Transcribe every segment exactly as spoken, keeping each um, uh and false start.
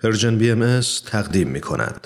پرژن بی ام اس تقدیم می کند.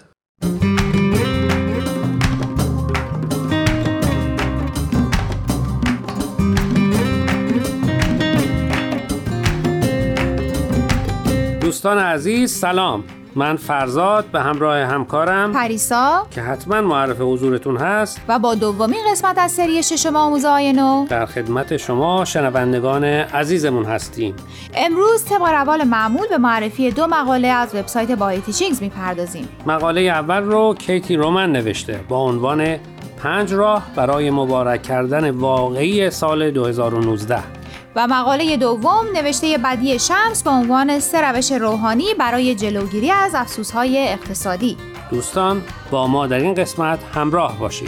دوستان عزیز سلام، من فرزاد به همراه همکارم پریسا که حتما معرف حضورتون هست و با دومین قسمت از سری ششم آموزه‌های نو در خدمت شما شنوندگان عزیزمون هستیم. امروز طبق روال معمول به معرفی دو مقاله از وبسایت بای تیچینگز میپردازیم. مقاله اول رو کیتی رومن نوشته با عنوان پنج راه برای مبارک کردن واقعی سال دو هزار و نوزده و مقاله دوم نوشته بدی شمس با عنوان سه روش روحانی برای جلوگیری از افسوس‌های اقتصادی. دوستان با ما در این قسمت همراه باشید.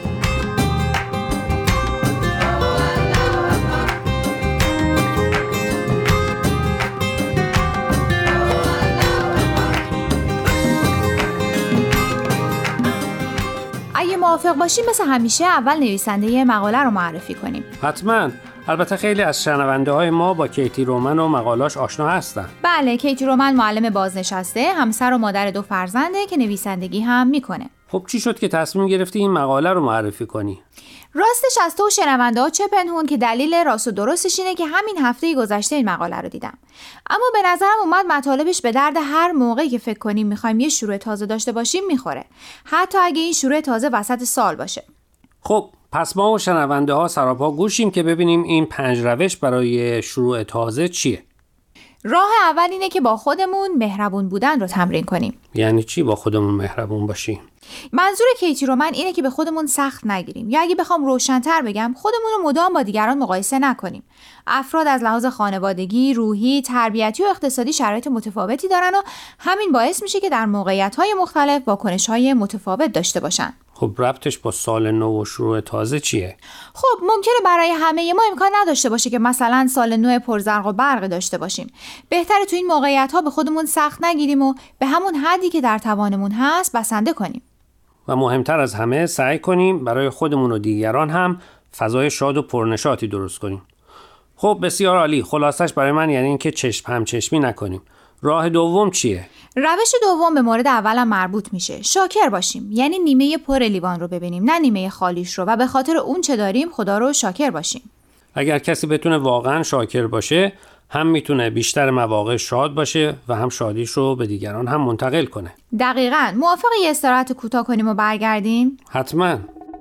اگه موافق باشیم مثل همیشه اول نویسنده مقاله رو معرفی کنیم. حتماً. البته خیلی از شنونده های ما با کیتی رومن و مقالاش آشنا هستن. بله، کیتی رومن معلم بازنشسته، همسر و مادر دو فرزنده که نویسندگی هم میکنه. خب چی شد که تصمیم گرفتی این مقاله رو معرفی کنی؟ راستش از تو شنونده ها چه پنهون که دلیل راست و درستش اینه که همین هفته گذشته این مقاله رو دیدم. اما به نظرم اومد مطالبش به درد هر موقعی که فکر کنیم میخوایم یه شروع تازه داشته باشیم میخوره، حتی اگه این شروع تازه وسط سال باشه. خب پس ما و شنونده ها سراپا گوشیم که ببینیم این پنج روش برای شروع تازه چیه؟ راه اول اینه که با خودمون مهربون بودن رو تمرین کنیم. یعنی چی با خودمون مهربون باشیم؟ منظور کیتی رومن اینه که به خودمون سخت نگیریم، یا اگه بخوام روشن‌تر بگم خودمون رو مدام با دیگران مقایسه نکنیم. افراد از لحاظ خانوادگی، روحی، تربیتی و اقتصادی شرایط متفاوتی دارن و همین باعث میشه که در موقعیت‌های مختلف واکنش‌های متفاوت داشته باشن. خب ربطش با سال نو و شروع تازه چیه؟ خب ممکنه برای همه ما امکان نداشته باشه که مثلا سال نو پرزرق و برق داشته باشیم. بهتره تو این موقعیت‌ها به خودمون سخت نگیریم و به همون حدی که در توانمون هست بسنده کنیم. و مهمتر از همه سعی کنیم برای خودمون و دیگران هم فضای شاد و پرنشاطی درست کنیم. خب بسیار عالی. خلاصش برای من یعنی اینکه چشم هم چشمی نکنیم. راه دوم چیه؟ روش دوم به مورد اولم مربوط میشه. شاکر باشیم، یعنی نیمه پر لیوان رو ببینیم نه نیمه خالیش رو، و به خاطر اون چه داریم خدا رو شاکر باشیم. اگر کسی بتونه واقعا شاکر باشه هم میتونه بیشتر مواقع شاد باشه و هم شادیش رو به دیگران هم منتقل کنه. دقیقاً. موافقه یه استراحت کوتاه کنیم و برگردیم؟ حتماً.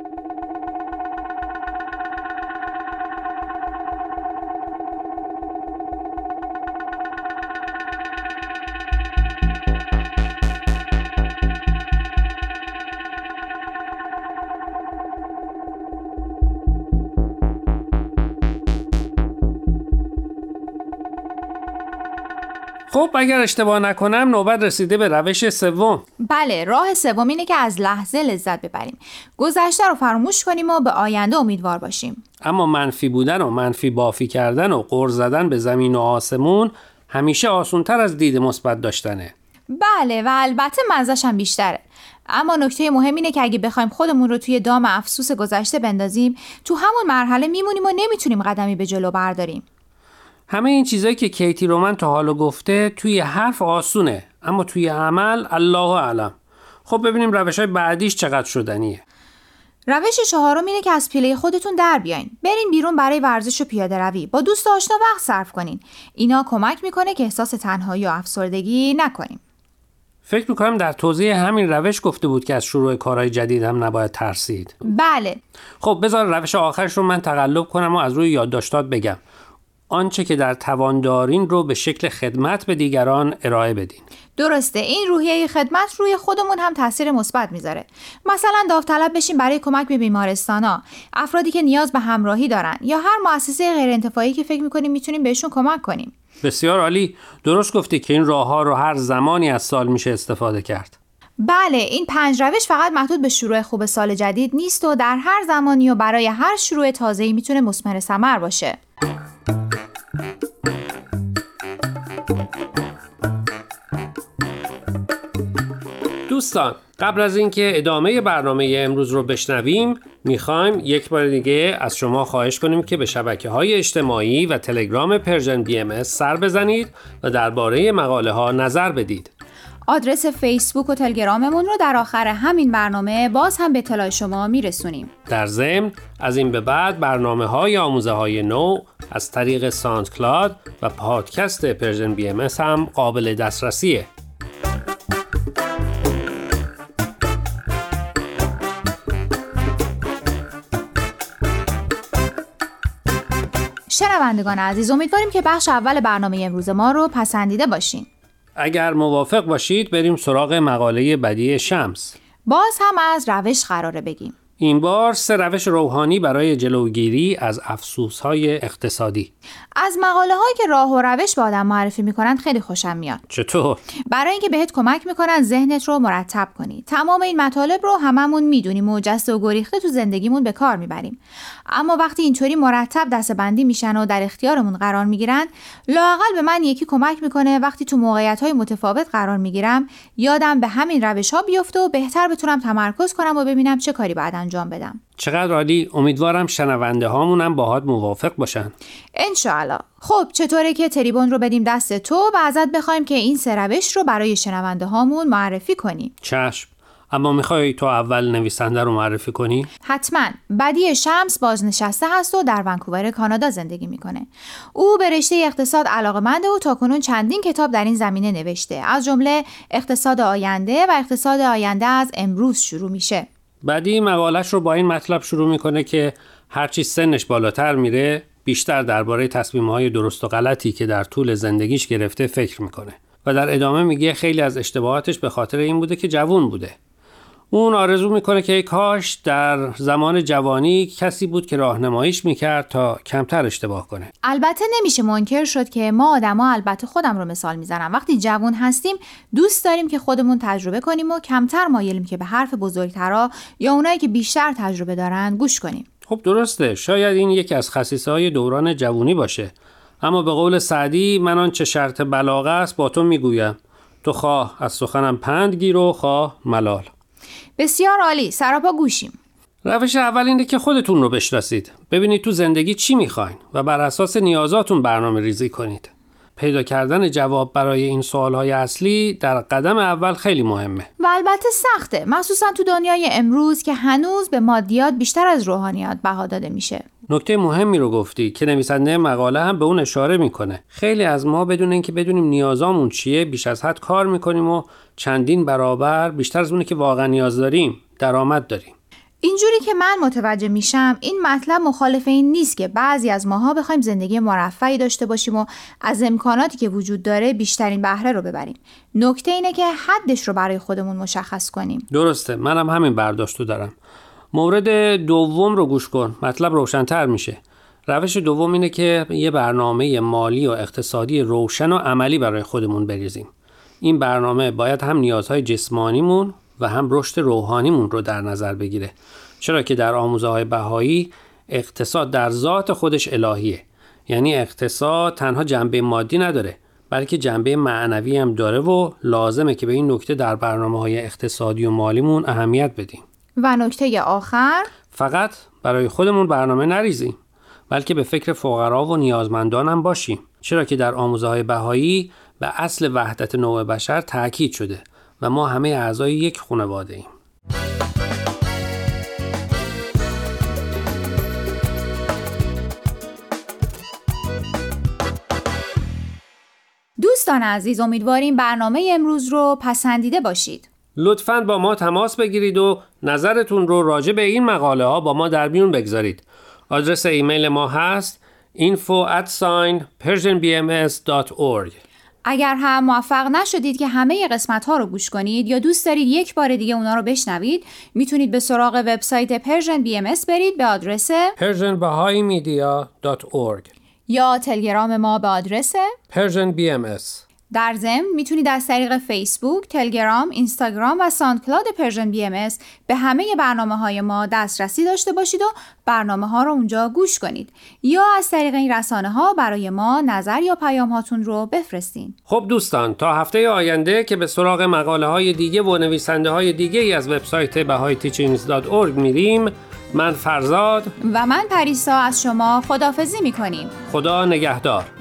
خب اگر اشتباه نکنم نوبت رسیده به روش سوم. بله، راه سوم اینه که از لحظه لذت ببریم. گذشته رو فراموش کنیم و به آینده امیدوار باشیم. اما منفی بودن و منفی بافی کردن و غر زدن به زمین و آسمون همیشه آسان‌تر از دید مثبت داشتنه. بله و البته مزه‌ش هم بیشتره. اما نکته مهم اینه که اگه بخوایم خودمون رو توی دام افسوس گذشته بندازیم، تو همون مرحله میمونیم و نمیتونیم قدمی به جلو برداریم. همه این چیزایی که کیتی رومن تا حالا گفته توی حرف آسونه، اما توی عمل الله اعلم. خب ببینیم روش‌های بعدیش چقدر شدنیه. روش چهارم اینه که از پیله خودتون در بیاین. برین بیرون برای ورزش و پیاده روی. با دوست آشنا وقت صرف کنین. اینا کمک میکنه که احساس تنهایی و افسردگی نکنیم. فکر میکنم در توضیح همین روش گفته بود که از شروع کارهای جدید هم نباید ترسید. بله. خب بذار روش آخرش رو من تقلب کنم و از روی یادداشتات بگم. آنچه که در توان دارین رو به شکل خدمت به دیگران ارائه بدین. درسته. این روحیه خدمت روی خودمون هم تاثیر مثبت میذاره. مثلا داوطلب بشین برای کمک به بیمارستانا، افرادی که نیاز به همراهی دارن، یا هر مؤسسه غیر انتفاعی که فکر میکنیم میتونیم بهشون کمک کنیم. بسیار عالی. درست گفتی که این راه‌ها رو هر زمانی از سال میشه استفاده کرد. بله، این پنج روش فقط محدود به شروع خوب سال جدید نیست و در هر زمانی و برای هر شروع تازه‌ای میتونه مثمر ثمر باشه. دوستان قبل از اینکه ادامه برنامه امروز رو بشنویم میخوایم یک بار دیگه از شما خواهش کنیم که به شبکه‌های اجتماعی و تلگرام پرژن بی ام اس سر بزنید و درباره مقاله ها نظر بدید. آدرس فیسبوک و تلگراممون رو در آخر همین برنامه باز هم به اطلاع شما میرسونیم. در ضمن از این به بعد برنامه‌های آموزه‌های نو از طریق ساوند کلاود و پادکست پرژن بی ام اس هم قابل دسترسیه. شنوندگان عزیز، امیدواریم که بخش اول برنامه امروز ما رو پسندیده باشین. اگر موافق باشید بریم سراغ مقاله بدیع شمس. باز هم از روش قراره بگیم. این بار سه روش روحانی برای جلوگیری از افسوس‌های اقتصادی. از مقاله هایی که راه و روش به آدم معرفی میکنن خیلی خوشم میاد. چطور؟ برای اینکه بهت کمک میکنن ذهنت رو مرتب کنی. تمام این مطالب رو هممون میدونیم و جسته و گریخته تو زندگیمون به کار میبریم. اما وقتی اینطوری مرتب دسته‌بندی میشن و در اختیارمون قرار میگیرن، لااقل به من یکی کمک میکنه وقتی تو موقعیت‌های متفاوت قرار میگیرم یادم به همین روش‌ها بیفته و بهتر بتونم تمرکز کنم و ببینم چه کاری باید انجام بدم. چقدر عالی. امیدوارم شنونده هامون هم باهات موافق باشن. انشاءالله. خب چطوره که تریبون رو بدیم دست تو و ازت بخوایم که این سه روش رو برای شنونده هامون معرفی کنی؟ چشم. اما میخوای تو اول نویسنده رو معرفی کنی؟ حتما. بدیع شمس بازنشسته هست و در ونکوور کانادا زندگی میکنه. او به رشته اقتصاد علاقه‌منده و تاکنون چندین کتاب در این زمینه نوشته. از جمله اقتصاد آینده و اقتصاد آینده از امروز شروع میشه. بدیع مقالش رو با این مطلب شروع میکنه که هرچی سنش بالاتر میره بیشتر درباره تصمیم‌های درست و غلطی که در طول زندگیش گرفته فکر میکنه و در ادامه میگه خیلی از اشتباهاتش به خاطر این بوده که جوان بوده. اون آرزو میکنه که کاش در زمان جوانی کسی بود که راهنماییش میکرد تا کمتر اشتباه کنه. البته نمیشه منکر شد که ما آدما، البته خودم رو مثال میزنم، وقتی جوان هستیم دوست داریم که خودمون تجربه کنیم و کمتر مایلیم که به حرف بزرگترا یا اونایی که بیشتر تجربه دارن گوش کنیم. خب درسته، شاید این یکی از خصیصه‌های دوران جوانی باشه، اما به قول سعدی من آن چه شرط بلاغه است با تو میگویم، تو خواه از سخنم پند گیر و خواه ملال. بسیار عالی، سراپا گوشیم. روش اول اینه که خودتون رو بشناسید، ببینید تو زندگی چی میخواین و بر اساس نیازاتون برنامه ریزی کنید. پیدا کردن جواب برای این سوالهای اصلی در قدم اول خیلی مهمه و البته سخته، مخصوصا تو دنیای امروز که هنوز به مادیات بیشتر از روحانیات بها داده میشه. نکته مهمی رو گفتی که نویسنده مقاله هم به اون اشاره میکنه. خیلی از ما بدون اینکه بدونیم نیازامون چیه بیش از حد کار میکنیم و چندین برابر بیشتر از اونی که واقعا نیاز داریم درآمد داریم. اینجوری که من متوجه میشم این مطلب مخالف این نیست که بعضی از ماها بخوایم زندگی مرفهی داشته باشیم و از امکاناتی که وجود داره بیشترین بهره رو ببریم. نکته اینه که حدش رو برای خودمون مشخص کنیم. درسته، منم همین برداشتو دارم. مورد دوم رو گوش کن، مطلب روشن‌تر میشه. روش دوم اینه که یه برنامه مالی و اقتصادی روشن و عملی برای خودمون بریزیم. این برنامه باید هم نیازهای جسمانیمون و هم رشد روحانیمون رو در نظر بگیره، چرا که در آموزه‌های بهایی اقتصاد در ذات خودش الهیه. یعنی اقتصاد تنها جنبه مادی نداره بلکه جنبه معنوی هم داره و لازمه که به این نکته در برنامه‌های اقتصادی و مالیمون اهمیت بدیم. و نکته آخر، فقط برای خودمون برنامه نریزیم بلکه به فکر فقرا و نیازمندان هم باشیم، چرا که در آموزه‌های بهایی به اصل وحدت نوع بشر تاکید شده و ما همه اعضای یک خانواده ایم. دوستان عزیز، امیدواریم برنامه امروز رو پسندیده باشید. لطفاً با ما تماس بگیرید و نظرتون رو راجع به این مقاله ها با ما در میون بگذارید. آدرس ایمیل ما هست info at persian b m s dot org. اگر هم موفق نشدید که همه قسمت ها رو گوش کنید یا دوست دارید یک بار دیگه اونا رو بشنوید، میتونید به سراغ وبسایت Persian بی ام اس برید به آدرس persian bahai media dot org یا تلگرام ما به آدرس persian b m s. در ضمن میتونید از طریق فیسبوک، تلگرام، اینستاگرام و ساوند کلاود پرژن بی ام اس به همه برنامه‌های ما دسترسی داشته باشید و برنامه‌ها رو اونجا گوش کنید یا از طریق این رسانه‌ها برای ما نظر یا پیام هاتون رو بفرستین. خب دوستان، تا هفته آینده که به سراغ مقاله‌های دیگه و نویسنده‌های دیگه ای از وبسایت bahai teachings dot org میریم. من فرزاد و من پریسا از شما خداحافظی می‌کنیم. خدا نگهدار.